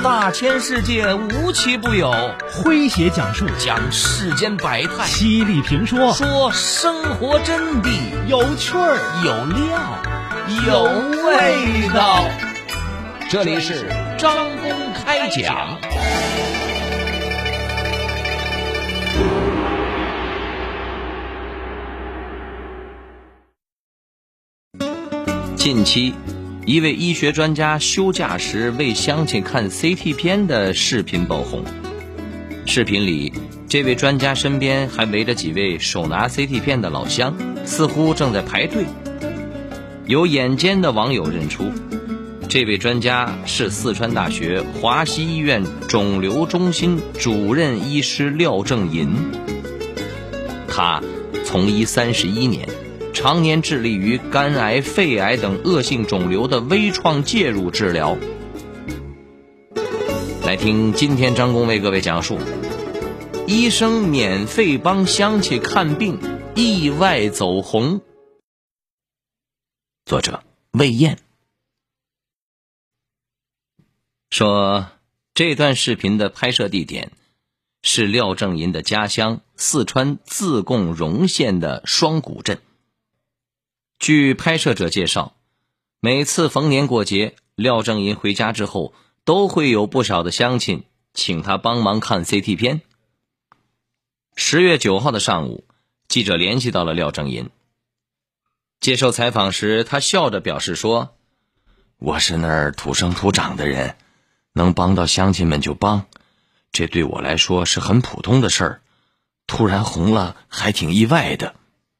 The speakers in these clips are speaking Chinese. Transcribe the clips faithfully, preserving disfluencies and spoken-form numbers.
大千世界无奇不有， 诙谐讲述讲世间百态， 犀利评说说生活真谛， 有趣儿有料有味道。这里是张公开讲。近期一位医学专家休假时为乡亲看 C T 片的视频爆红。视频里，这位专家身边还围着几位手拿 C T 片的老乡，似乎正在排队。有眼尖的网友认出，这位专家是四川大学华西医院肿瘤中心主任医师廖正银。他从医三十一年，常年致力于肝癌、肺癌等恶性肿瘤的微创介入治疗。来听今天张工为各位讲述：医生免费帮乡亲看病，意外走红。作者魏燕说，这段视频的拍摄地点是廖正银的家乡四川自贡荣县的双谷镇。据拍摄者介绍，每次逢年过节，廖正银回家之后，都会有不少的乡亲请他帮忙看 C T 片。十月九号的上午，记者联系到了廖正银。接受采访时，他笑着表示说：“我是那儿土生土长的人，能帮到乡亲们就帮，这对我来说是很普通的事儿，突然红了还挺意外的。”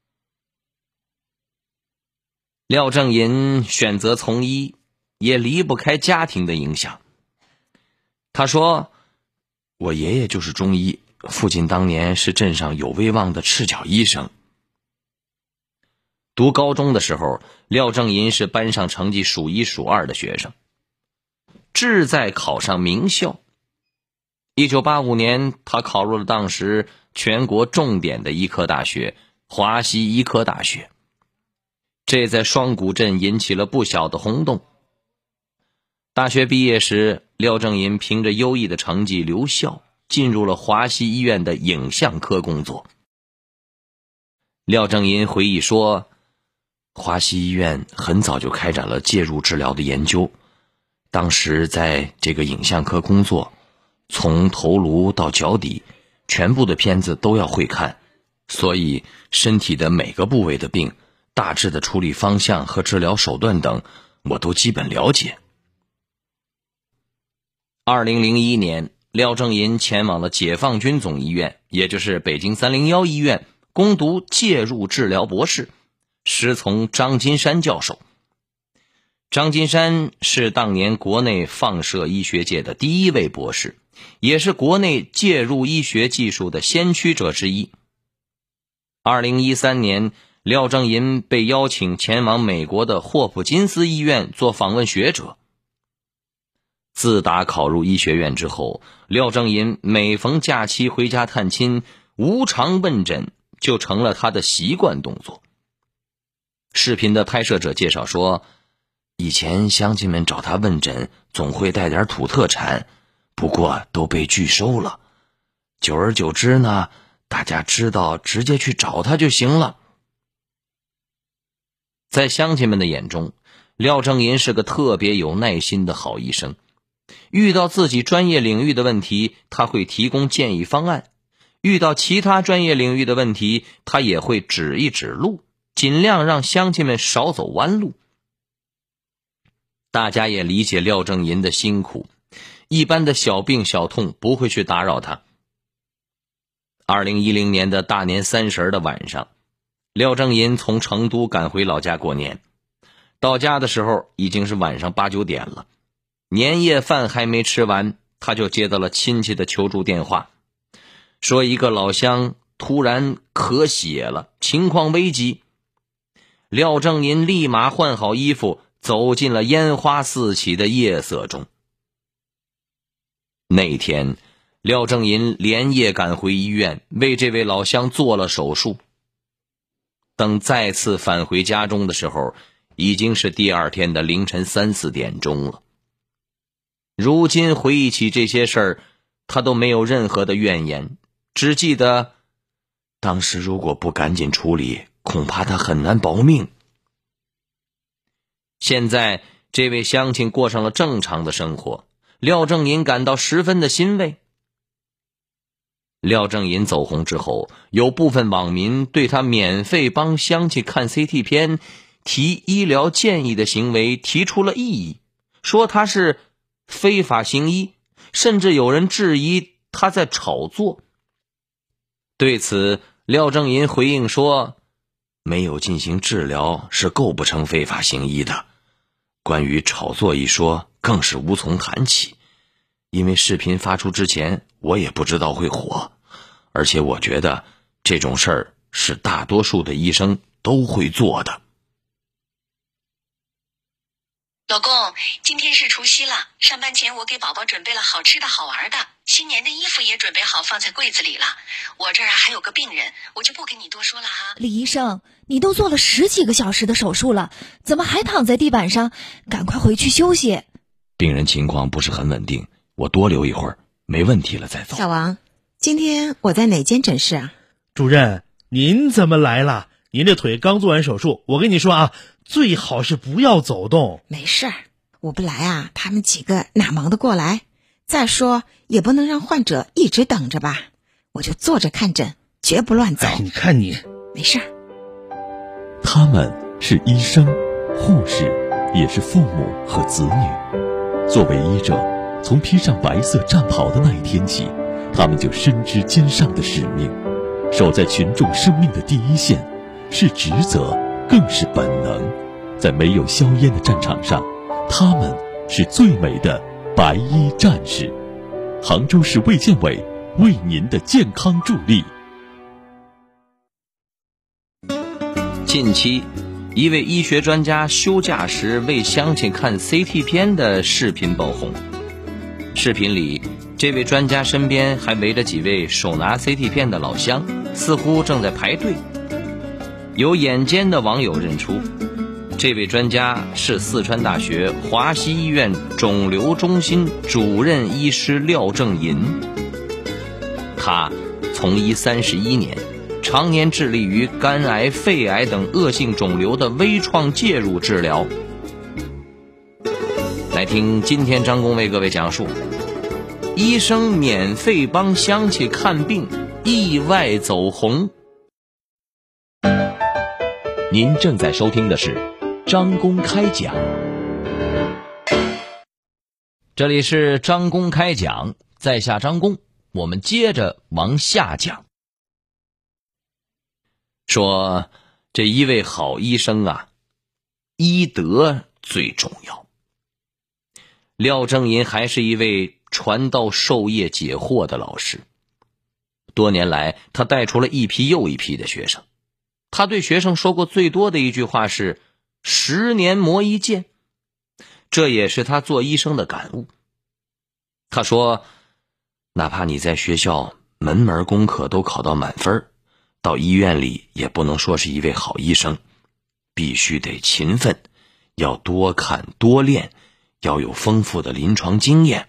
廖正银选择从医，也离不开家庭的影响。他说：“我爷爷就是中医，父亲当年是镇上有威望的赤脚医生。”读高中的时候，廖正银是班上成绩数一数二的学生，志在考上名校。一九八五年，他考入了当时全国重点的医科大学——华西医科大学。这在双谷镇引起了不小的轰动。大学毕业时，廖正银凭着优异的成绩留校，进入了华西医院的影像科工作。廖正银回忆说，华西医院很早就开展了介入治疗的研究，当时在这个影像科工作，从头颅到脚底，全部的片子都要会看，所以身体的每个部位的病，大致的处理方向和治疗手段等，我都基本了解。二零零一年，廖正银前往了解放军总医院，也就是北京三零一医院，攻读介入治疗博士，师从张金山教授。张金山是当年国内放射医学界的第一位博士，也是国内介入医学技术的先驱者之一。二零一三年，廖正银被邀请前往美国的霍普金斯医院做访问学者。自打考入医学院之后，廖正银每逢假期回家探亲，无偿问诊就成了他的习惯动作。视频的拍摄者介绍说，以前乡亲们找他问诊总会带点土特产，不过都被拒收了。久而久之呢，大家知道直接去找他就行了。在乡亲们的眼中，廖正银是个特别有耐心的好医生。遇到自己专业领域的问题，他会提供建议方案；遇到其他专业领域的问题，他也会指一指路，尽量让乡亲们少走弯路。大家也理解廖正银的辛苦，一般的小病小痛不会去打扰他。二零一零年的大年三十的晚上，廖正银从成都赶回老家过年，到家的时候已经是晚上八九点了，年夜饭还没吃完，他就接到了亲戚的求助电话，说一个老乡突然咳血了，情况危急。廖正银立马换好衣服，走进了烟花四起的夜色中。那天，廖正银连夜赶回医院，为这位老乡做了手术。等再次返回家中的时候，已经是第二天的凌晨三四点钟了。 如今回忆起这些事儿，他都没有任何的怨言，只记得当时如果不赶紧处理，恐怕他很难保命。现在这位乡亲过上了正常的生活，廖正银感到十分的欣慰。廖正银走红之后，有部分网民对他免费帮乡亲看 C T 片、提医疗建议的行为提出了异议，说他是非法行医，甚至有人质疑他在炒作。对此，廖正银回应说，没有进行治疗是构不成非法行医的，关于炒作一说更是无从谈起，因为视频发出之前我也不知道会火，而且我觉得这种事儿是大多数的医生都会做的。 老公，今天是除夕了，上班前我给宝宝准备了好吃的好玩的，新年的衣服也准备好放在柜子里了。我这儿还有个病人，我就不跟你多说了哈。 李医生，你都做了十几个小时的手术了，怎么还躺在地板上？赶快回去休息。 病人情况不是很稳定，我多留一会儿，没问题了再走。 小王，今天我在哪间诊室啊？ 主任，您怎么来了？您这腿刚做完手术，我跟你说啊，最好是不要走动。 没事儿，我不来啊，他们几个哪忙得过来？再说也不能让患者一直等着吧，我就坐着看诊，绝不乱走。 哎，你看你， 没事儿。 他们是医生、护士，也是父母和子女。作为医者，从披上白色战袍的那一天起，他们就深知肩上的使命，守在群众生命的第一线，是职责，更是本能。在没有硝烟的战场上，他们是最美的白衣战士。杭州市卫健委为您的健康助力。 近期，一位医学专家休假时为乡亲看 C T 片的视频爆红。视频里，这位专家身边还围着几位手拿 C T 片的老乡，似乎正在排队。有眼尖的网友认出，这位专家是四川大学华西医院肿瘤中心主任医师廖正银。他从医三十一年，常年致力于肝癌、肺癌等恶性肿瘤的微创介入治疗。来听今天张工为各位讲述，医生免费帮乡亲看病，意外走红。 您正在收听的是张公开讲。 这里是张公开讲，在下张公，我们接着往下讲。说这一位好医生啊，医德最重要。廖正银还是一位传道授业解惑的老师，多年来他带出了一批又一批的学生。他对学生说过最多的一句话是十年磨一剑，这也是他做医生的感悟。他说，哪怕你在学校门门功课都考到满分，到医院里也不能说是一位好医生，必须得勤奋，要多看多练，要有丰富的临床经验。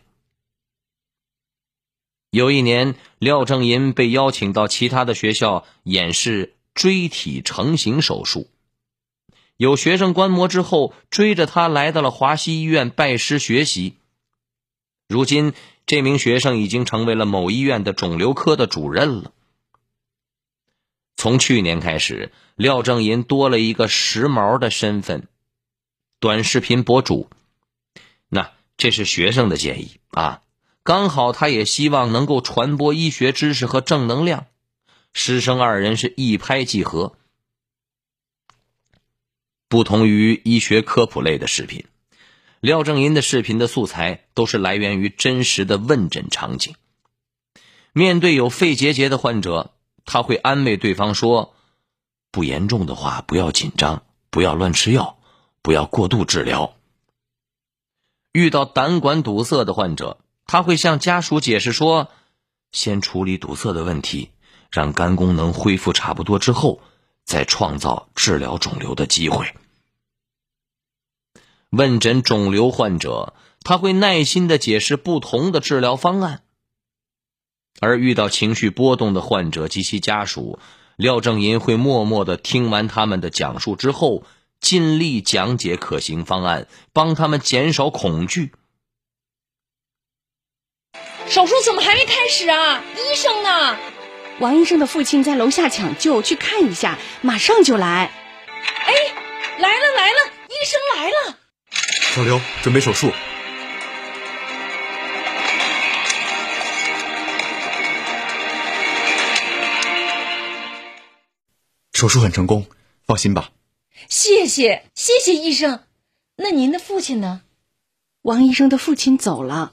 有一年，廖正银被邀请到其他的学校演示椎体成型手术，有学生观摩之后追着他来到了华西医院拜师学习。如今这名学生已经成为了某医院的肿瘤科的主任了。从去年开始，廖正银多了一个时髦的身份，短视频博主。那这是学生的建议啊，刚好他也希望能够传播医学知识和正能量。师生二人是一拍即合。不同于医学科普类的视频，廖正银的视频的素材都是来源于真实的问诊场景。面对有肺结节的患者，他会安慰对方说，不严重的话不要紧张，不要乱吃药，不要过度治疗。遇到胆管堵塞的患者，他会向家属解释说，先处理堵塞的问题，让肝功能恢复差不多之后，再创造治疗肿瘤的机会。问诊肿瘤患者， 他会耐心地解释不同的治疗方案。而遇到情绪波动的患者及其家属，廖正银会默默地听完他们的讲述之后，尽力讲解可行方案，帮他们减少恐惧。 手术怎么还没开始啊？医生呢？ 王医生的父亲在楼下抢救，去看一下，马上就来。 哎，来了来了，医生来了。 小刘，准备手术。手术很成功，放心吧。 谢谢，谢谢医生。那您的父亲呢？ 王医生的父亲走了。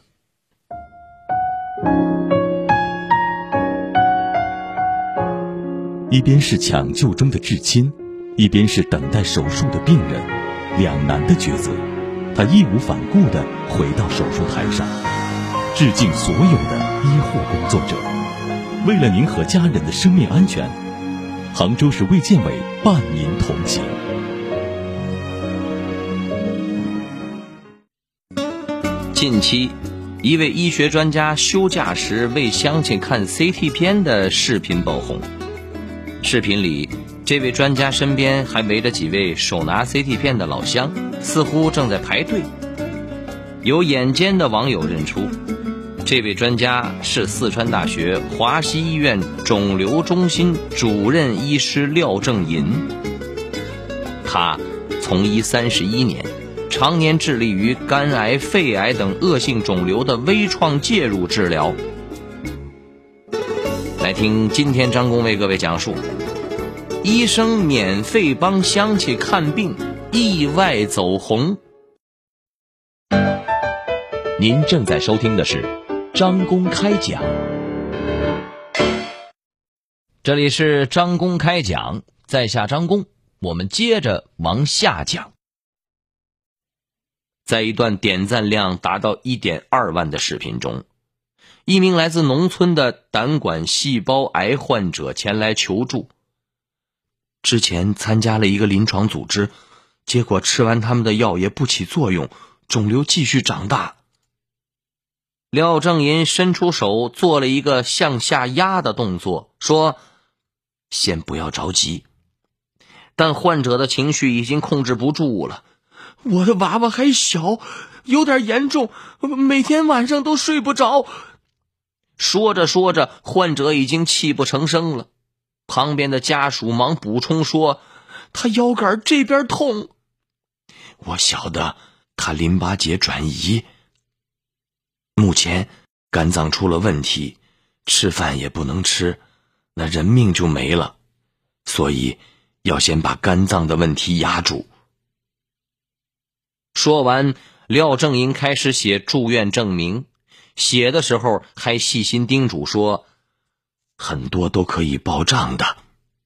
一边是抢救中的至亲，一边是等待手术的病人，两难的抉择。他义无反顾地回到手术台上，致敬所有的医护工作者。为了您和家人的生命安全，杭州市卫健委伴您同行。 近期，一位医学专家休假时为乡亲看 C T 片的视频爆红。视频里，这位专家身边还围着几位手拿 C T 片的老乡，似乎正在排队。有眼尖的网友认出，这位专家是四川大学华西医院肿瘤中心主任医师廖正银。他从医三十一年，常年致力于肝癌、肺癌等恶性肿瘤的微创介入治疗。来听今天张工为各位讲述，医生免费帮乡亲看病，意外走红。 您正在收听的是张公开讲。 这里是张公开讲，在下张公，我们接着往下讲。在一段点赞量达到 一点二万的视频中，一名来自农村的胆管细胞癌患者前来求助。之前参加了一个临床组织，结果吃完他们的药也不起作用，肿瘤继续长大。廖正银伸出手做了一个向下压的动作，说：先不要着急。但患者的情绪已经控制不住了，我的娃娃还小，有点严重，每天晚上都睡不着。说着说着，患者已经泣不成声了。旁边的家属忙补充说，他腰杆这边痛，我晓得他淋巴结转移，目前肝脏出了问题，吃饭也不能吃，那人命就没了，所以要先把肝脏的问题压住。说完，廖正银开始写住院证明，写的时候还细心叮嘱说，很多都可以报账的。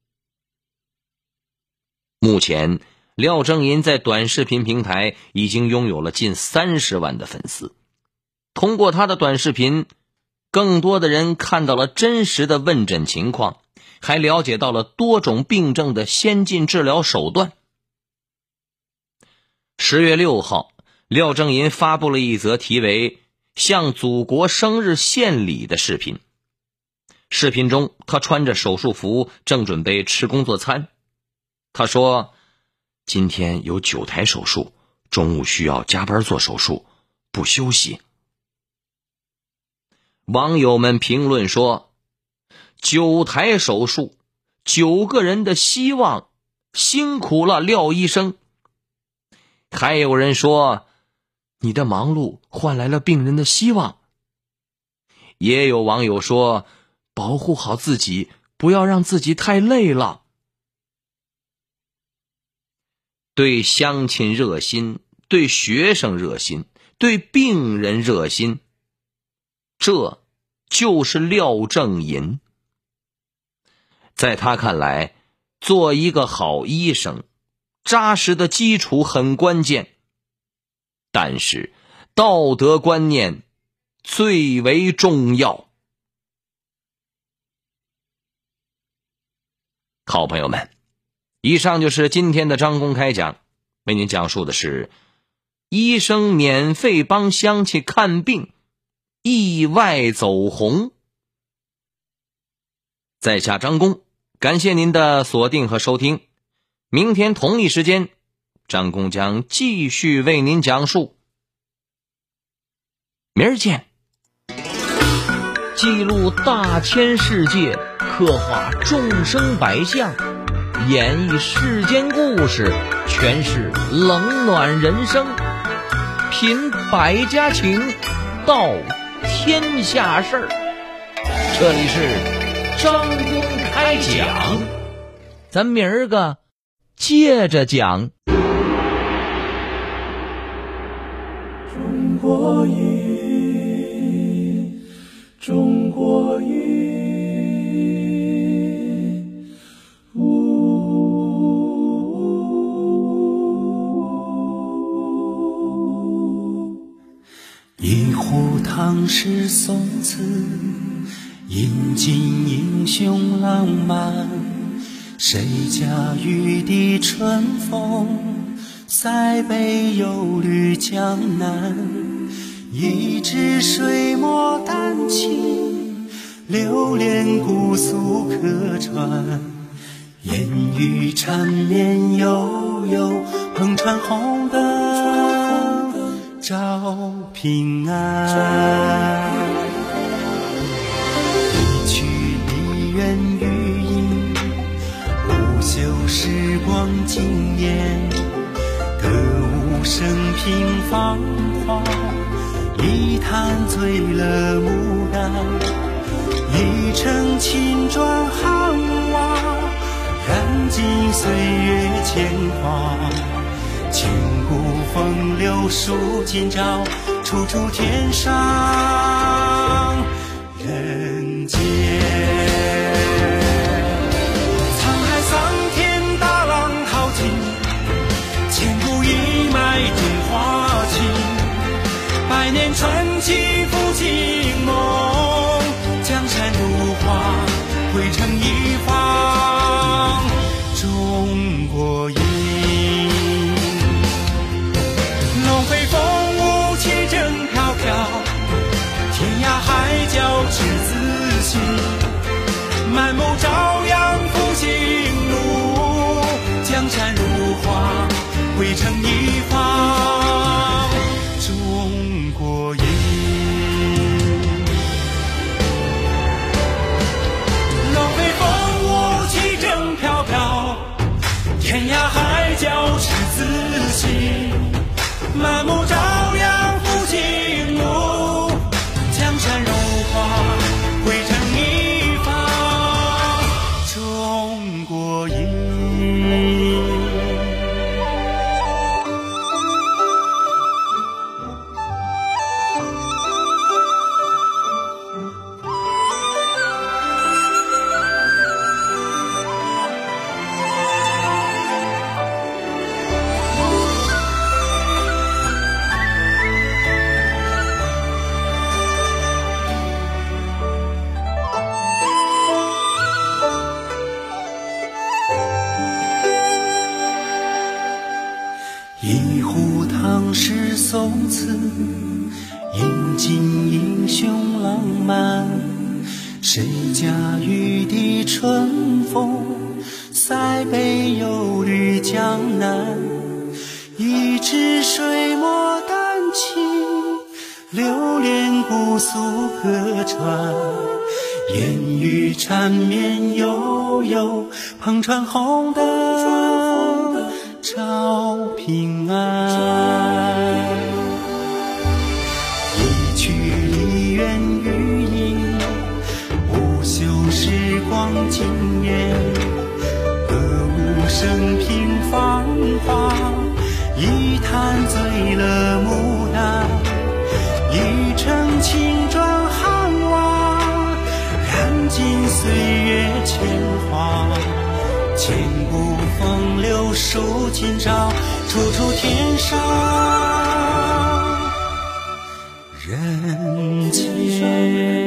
目前，廖正银在短视频平台已经拥有了近三十万的粉丝。通过他的短视频，更多的人看到了真实的问诊情况，还了解到了多种病症的先进治疗手段。十月六号，廖正银发布了一则题为向祖国生日献礼的视频。视频中，他穿着手术服，正准备吃工作餐。他说，今天有九台手术，中午需要加班做手术，不休息。网友们评论说，九台手术，九个人的希望，辛苦了廖医生。还有人说，你的忙碌换来了病人的希望。也有网友说，保护好自己，不要让自己太累了。对乡亲热心，对学生热心，对病人热心，这就是廖正银。在他看来，做一个好医生，扎实的基础很关键，但是道德观念最为重要。好朋友们，以上就是今天的张公开讲，为您讲述的是医生免费帮乡亲看病，意外走红。在下张工，感谢您的锁定和收听。明天同一时间，张工将继续为您讲述。明儿见。记录大千世界，刻画众生百相，演绎世间故事，诠释冷暖人生，品百家情，道天下事儿。这里是张公开讲，咱明儿个接着讲。 中国音，中国音，一壶唐诗宋词，饮尽英雄浪漫。谁家玉笛春风，塞北又绿江南。一支水墨丹青，流连姑苏客船。烟雨缠绵悠悠，篷船红灯照平安。一曲梨园余音，不朽时光惊艳。歌舞升平芳华，一坛醉了牡丹。一城青砖汉瓦，燃尽岁月铅华。千古风流数今朝，处处天上人间。沧海桑田，大浪淘尽，千古一脉中华情。百年传奇复兴梦，江山如画，汇成一方中国音。龙飞凤舞，旗正飘飘，天涯海角赤子心。满目朝阳复兴路，江山如画，汇成一方中国音。龙飞凤舞，旗正飘飘，天涯海角赤子心。满目朝阳复兴路，江山如画，汇成一方中国音。一壶唐诗宋词，饮尽英雄浪漫。谁家玉笛春风，塞北又绿江南。一支水墨丹青，流连姑苏客船。烟雨缠绵悠悠，篷船红灯照平安。一曲梨园余音，不朽时光惊艳。歌舞升平芳华，一坛醉了牡丹。一城青砖汉瓦，燃尽岁月铅华。千古风流数今朝，处处天上人间。